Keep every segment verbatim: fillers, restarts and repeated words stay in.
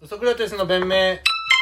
ソクラテスの弁明。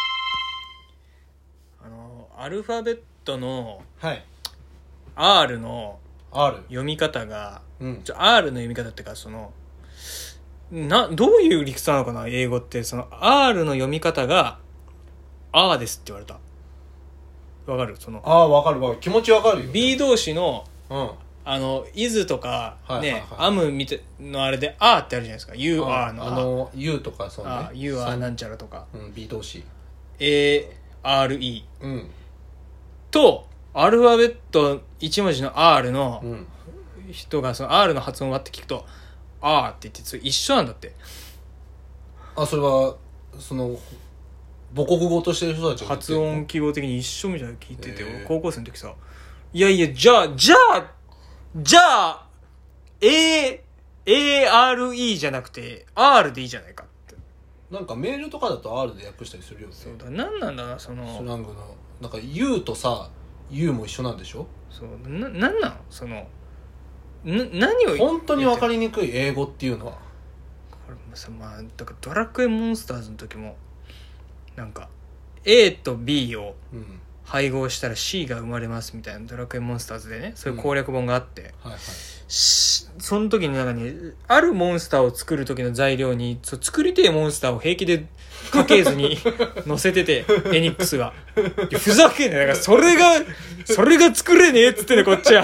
あのアルファベットのはい R の R。 読み方が、 うん。 ちょ R の読み方っていうかそのなどういう理屈なのかな英語って。その R の読み方があーですって言われた。わかる？そのああ、わかるわかる。気持ちわかるよ。 B 動詞のうん。 あの is とかね、 はいはいはい、 am みたいのあれで are ってあるじゃないですか。you are のあの U とかそうね。 あ you are なんちゃらとか、 うん、B 動詞。 A R E うんとアルファベットいち文字の R のうん。 人がその R の発音を割って聞くと R って言ってそれ一緒なんだって。 あ、それはその母国語としてる人たちが言って発るの音記号的に一緒みたいなの聞いてて、 へー高校生の時さ、いやいやじゃあじゃあじゃあ A ARE じゃなくて R でいいじゃないかって。 なんかメールとかだと R で訳したりするよね。 そうだ、なんなんだなそのスラングのなんか U とさ U も一緒なんでしょ。 そうな、なんなんそのな何を本当に分かりりにくい英語っていうのは。 これもさ、まあだからドラクエモンスターズの時もなんか A と B をうん配合したら C が生まれますみたいなドラクエモンスターズでね、そういう攻略本があって、 はいはい。 しその時になんかね、あるモンスターを作る時の材料にそう作りてえモンスターを平気で家系図に載せててエニックスがいやふざけんなよ、だからそれがそれが作れねえっつってねこっちは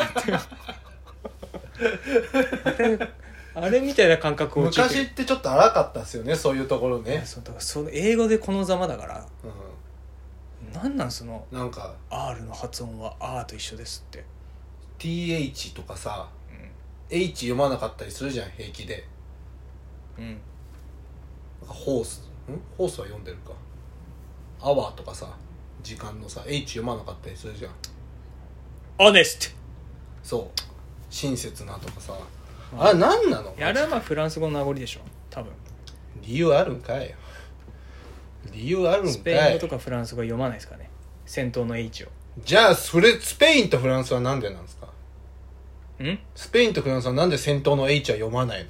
あれあれみたいな感覚を昔ってちょっと荒かったですよね、そういうところね。 そうだからその英語でこのざまだから、 うなんなんそのん、なんか R の発音は R と一緒ですって。 ティーエイチ とかさ、 うん H 読まなかったりするじゃん平気で。 うんなんかホースんホースは読んでるか。アワーとかさ時間のさ H 読まなかったりするじゃん。 Honest そう親切なとかさ、あれ何なの。 やればフランス語の名残でしょ多分。 理由あるんかい。理由あるんかい。 スペイン語とかフランス語読まないですかね、先頭の H を。 じゃあそれスペインとフランスはなんでなんですか。 んスペインとフランスはなんで先頭の H は読まないのよ。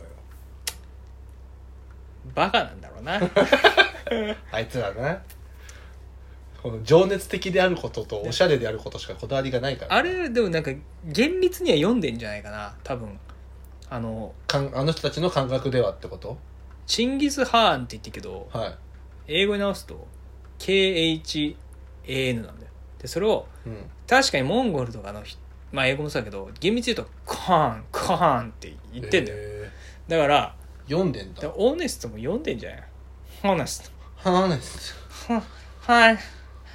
バカなんだろうなあいつらな、この情熱的であることとおしゃれであることしかこだわりがないから。 あれでもなんか厳密には読んでんじゃないかな多分。あのかんあの人たちの感覚ではってこと。 チンギス・ハーンって言ってるけど、 はい。 英語に直すと ケーエイチエーエヌ なんだよ。でそれをうん。 確かにモンゴルとかの人、まあ英語もそうだけど厳密に言うとコーンコーンって言ってんだよ、 えだからー、読んでんだ。 オーネストも読んでんじゃない。ホネストはねす。 はいはい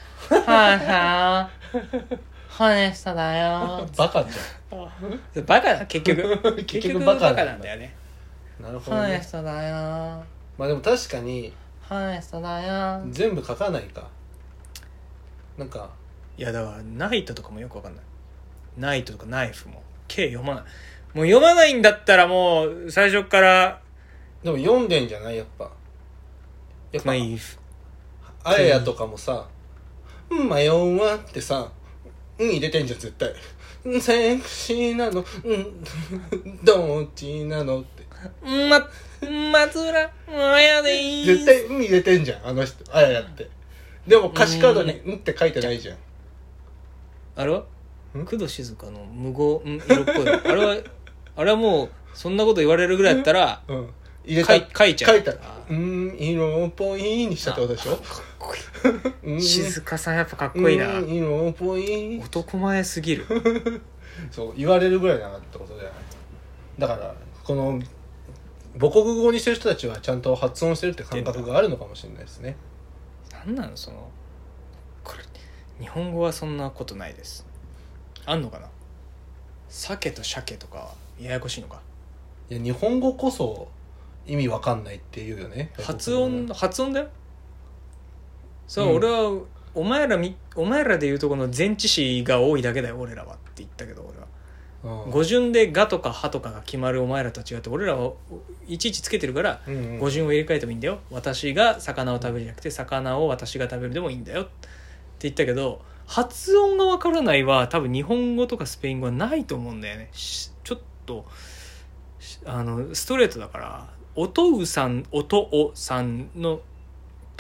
はいホネストだよバカじバカだ結局結結局バカなんだ局バカなんだよね。 ゃん。なるほどね。 ホネストだよまあでも確かにホネストだよ。 全部書かないか。なんかいやだからナイトとかもよくわかんない。ナイトとかナイフも K 読まない。もう読まないんだったらもう最初からでも読んでんじゃない。やっぱやっぱナイフあややとかもさ、うん迷うわってさ、うん入れてんじゃん絶対。うんセクシーなの、うんどっちなのってま松浦あやでいい絶対うん入れてんじゃんあの人あややって。でも歌詞カードにうんって書いてないじゃん。 あれはん工藤静香の無言ん色っぽいのあれはあれはもうそんなこと言われるぐらいだったらうん入れた書い書いちゃう。 書いたらうん色っぽいにしたってことでしょ。 かっこいいうん静香さんやっぱかっこいいな。 うん色っぽい男前すぎるそう言われるぐらいだなってことじゃない。だからこの母国語にしてる人たちはちゃんと発音してるって感覚があるのかもしれないですね。 なんなのそのこれ日本語はそんなことないです。あんのかな。鮭と鮭とかややこしいのか。 いや日本語こそ意味わかんないっていうよね。 発音発音だよ。そう、 うん俺はお前らみお前らで言うとこの前置詞が多いだけだよ俺らはって言ったけど、俺はうん語順でがとかはとかが決まるお前らと違って俺らはいちいちつけてるから、 うんうん、 語順を入れ替えてもいいんだよ。私が魚を食べるじゃなくて魚を私が食べるでもいいんだよって言ったけど、発音がわからないは多分日本語とかスペイン語はないと思うんだよね。ちょっとあのストレートだから、おとうさんおとおさんの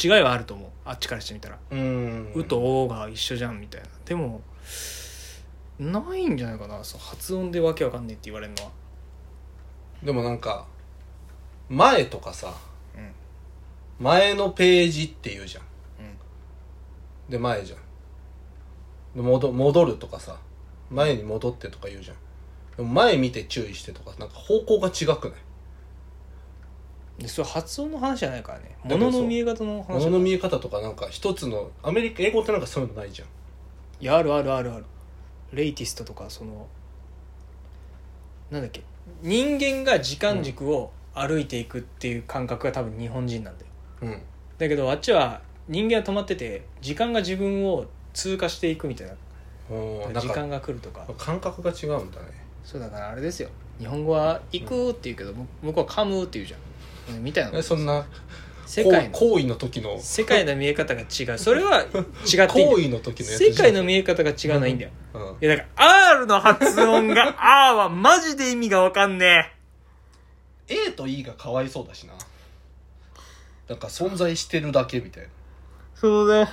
違いはあると思う、あっちからしてみたら。 うんうとおが一緒じゃんみたいな。でもないんじゃないかな、そう発音でわけわかんねえって言われるのは。 でもなんか前とかさ、 うん前のページって言うじゃん。 うんで前じゃん。で戻戻るとかさ、前に戻ってとか言うじゃん。でも前見て注意してとか、なんか方向が違くない？ でそれ発音の話じゃないからね、 だからそう物の見え方の話。 物の見え方とか、なんか一つのアメリカ英語ってなんかそういうのないじゃん。 いやあるあるあるある。レイティストとか、そのなんだっけ、人間が時間軸を歩いていくっていう感覚が多分日本人なんだよ。 うんだけどあっちは人間は止まってて、時間が自分を通過していくみたいな。 おーなんか時間が来るとか。 感覚が違うんだね。 そうだからあれですよ、日本語は行くって言うけど、向こうは噛むって言うじゃん、うんみたいな。 えそんな世界の行為の時の世界の見え方が違う。それは違っていいんだ行為よ。 の時のやつじゃん。 世界の見え方が違うのはいいんだよ。 うんいやだから R の発音があーはマジで意味がわかんねえ。 A と E がかわいそうだしな。なんか存在してるだけみたいな。 そうだ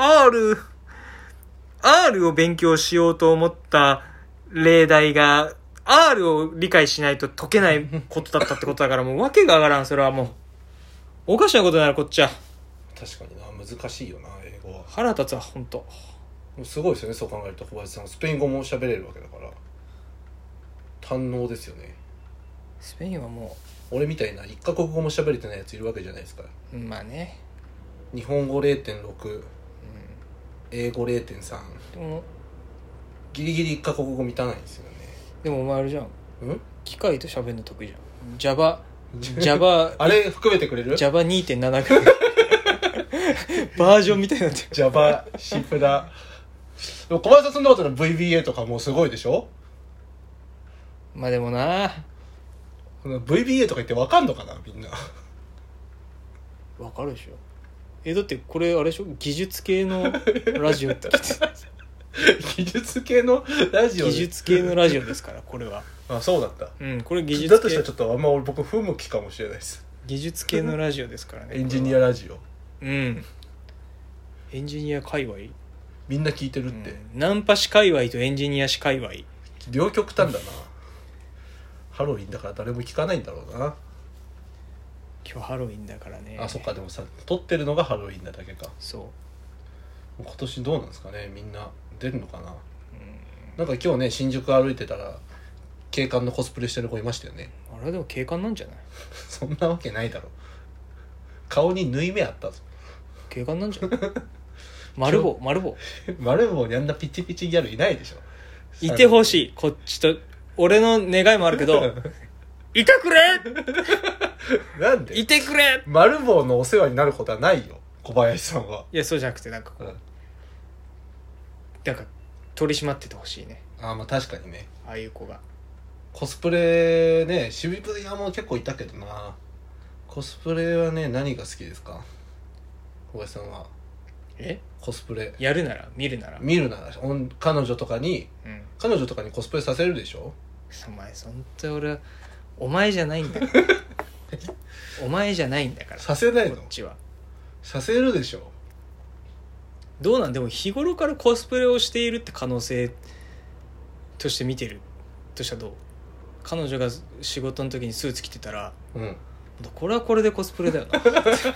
R R を勉強しようと思った例題が R を理解しないと解けないことだったってことだから、もう訳が上がらん。それはもうおかしなことになるこっちは。 確かにな、難しいよな英語は。 腹立つわほんと。 すごいですよね、そう考えると。小林さんスペイン語も喋れるわけだから堪能ですよね。 スペインはも俺みたいな一カ国語も喋れてないやついるわけじゃないですか。 うまあね、 日本語 れいてんろく、 うん、 英語 れいてんさん、 でもギリギリ一カ国語満たないんですよね。 でもお前あれじゃん、 うん機械と喋るの得意じゃん。 Java Java あれ含めてくれる？ Java にてんなな ぐらいバージョンみたいになってる。 Java シプラでも小林さんそんなことの ブイビーエー とかもうすごいでしょ。 まあでもな、 ブイビーエー とか言って分かんのかなみんな。 わかるでしょ。えだってこれあれでしょ、技術系のラジオって聞いて技術系のラジオで技術系のラジオですからこれは。 あ、そうだった。 うん、これ技術だとした系らちょっとあんま俺僕不向きかもしれないです。 技術系のラジオですからね。 エンジニアラジオうんエンジニア界隈、 みんな聞いてるって、 うん、ナンパ師界隈とエンジニア師界隈。 両極端だな。ハロウィンだから誰も聞かないんだろうな。 今日ハロウィンだからね。 あ、そっか。でもさ、撮ってるのがハロウィンなだけか。 そう今年どうなんですかね、みんな出るのかな。 うんなんか今日ね、新宿歩いてたら警官のコスプレしてる子いましたよね。 あれでも警官なんじゃない？ そんなわけないだろ。顔に縫い目あったぞ。 警官なんじゃない？丸棒丸棒丸棒にあんなピチピチギャルいないでしょ。 いてほしい。こっちと俺の願いもあるけどいてくれなんでいてくれ。 丸棒のお世話になることはないよ、小林さんは。 いやそうじゃなくてなんかこう、 うん、 なんか取り締まっててほしいね、 あ、まあ確かにね。 ああいう子が。 コスプレね、渋谷も結構いたけどな。コスプレはね、何が好きですか、小林さんは。 えコスプレやるなら見るなら、 見るならおん彼女とかにうん、 彼女とかにコスプレさせるでしょ。 お前そんと俺はお前じゃないんだからお前じゃないんだからさせないのこっちは。 させるでしょ。 どうなんでも日頃からコスプレをしているって可能性として見てるとしたらどう？彼女が仕事の時にスーツ着てたら、 うん、 これはこれでコスプレだよな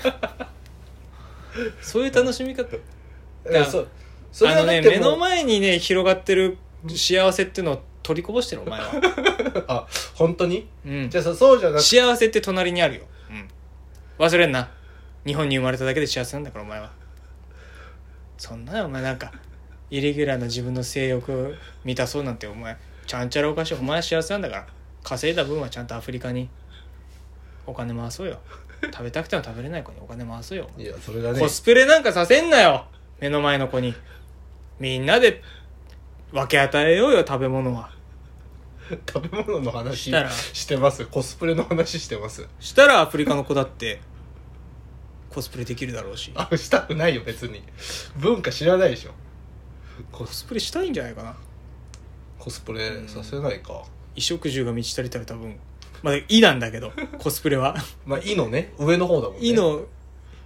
そういう楽しみ方。 えそうそれあのね、 はだってもう目の前にね広がってる幸せっていうのを取りこぼしてるお前はあ、本当に、 うん、 じゃあさ、そうじゃなくて幸せって隣にあるよ、うん、忘れんな。日本に生まれただけで幸せなんだからお前は。そんなよお前なんかイレギュラーな自分の性欲を満たそうなんてお前ちゃんちゃらおかしい。お前は幸せなんだから稼いだ分はちゃんとアフリカにお金回そうよ。食べたくても食べれない子にお金回そうよ。 いや、それがねコスプレなんかさせんなよ目の前の子に。みんなで分け与えようよ食べ物は。 食べ物の話したらしてます。コスプレの話してます。 したらアフリカの子だってコスプレできるだろうし。 あ、したくないよ別に。文化知らないでしょ。コスコスプレしたいんじゃないかな。 コスプレさせないか。 衣食住が満ち足りたら多分まあ「い」なんだけどコスプレはまあ、いのね、上の方だもんね。 いの衣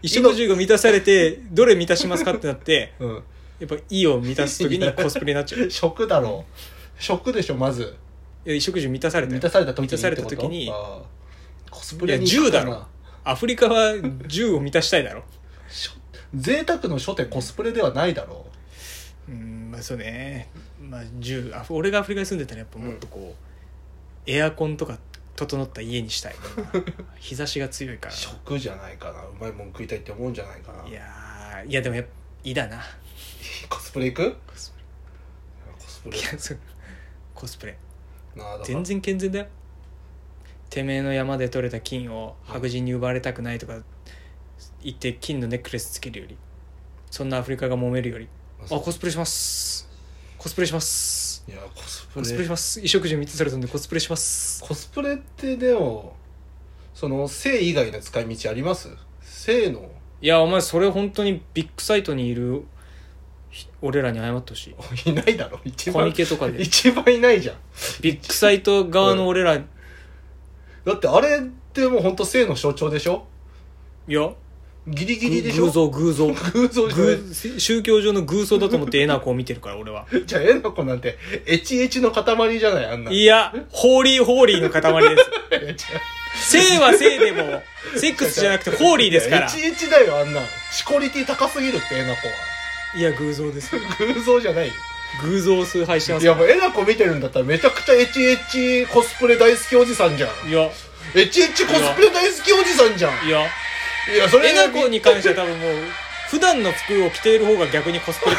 衣食住が満たされてどれ満たしますかってなってうんやっぱ意を満たす時にコスプレになっちゃう。い食だろう食でしょまずや衣食住満たされたよ満たされた時に満たされた時にってことあーコスプいやレに行くかな銃だろ。アフリカは銃を満たしたいだろ。 しょ贅沢の初手コスプレではないだろうーんまあそうね、まあ、銃あ俺がアフリカに住んでたらやっぱもっとこう、うん、エアコンとか整った家にしたい日差しが強いから食じゃないかなうまいもん食いたいって思うんじゃないかないやいやでもやっぱいいだなコスプレ行くコスコスプレいやそうコスプレなあだから全然健全だよ。てめえの山で採れた金を白人に奪われたくないとか言って金のネックレスつけるよりそんなアフリカが揉めるよりあコスプレしますコスプレしますいやコスプレコスプレします衣食住満たされたんでコスプレします。 コスプレってでもその性以外の使い道あります性のいやお前それ本当にビッグサイトにいる俺らに謝ってほしい。 いないだろ一コ番ミケとかで一番いないじゃんビッグサイト側の俺ら、うん、 だってあれってもう本当性の象徴でしょ。 いやギリギリでしょ。 偶像偶像偶像じゃない宗教上の偶像だと思ってエナコを見てるから俺は。 じゃあエナコなんてエチエチの塊じゃないあんな。 いやホーリーホーリーの塊です性は性でもセックスじゃなくてホーリーですから。 エチエチだよあんなシコリティ高すぎるってエナコは。 いや偶像です偶像じゃないよ。 偶像崇拝してます。 いやもうエナコ見てるんだったらめちゃくちゃエチエチコスプレ大好きおじさんじゃん。 いやエチエチコスプレ大好きおじさんじゃん。 いやいやそれエナコに関しては多分もう普段の服を着ている方が逆にコスプレ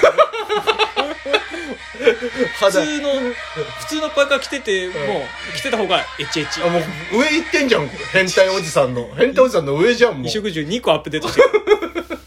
普通の普通のパーカー着てて、うん、もう着てた方がエチエチ。 あもう上行ってんじゃん変態おじさんの変態おじさんの上じゃんもう。 衣食住にこアップデートしてる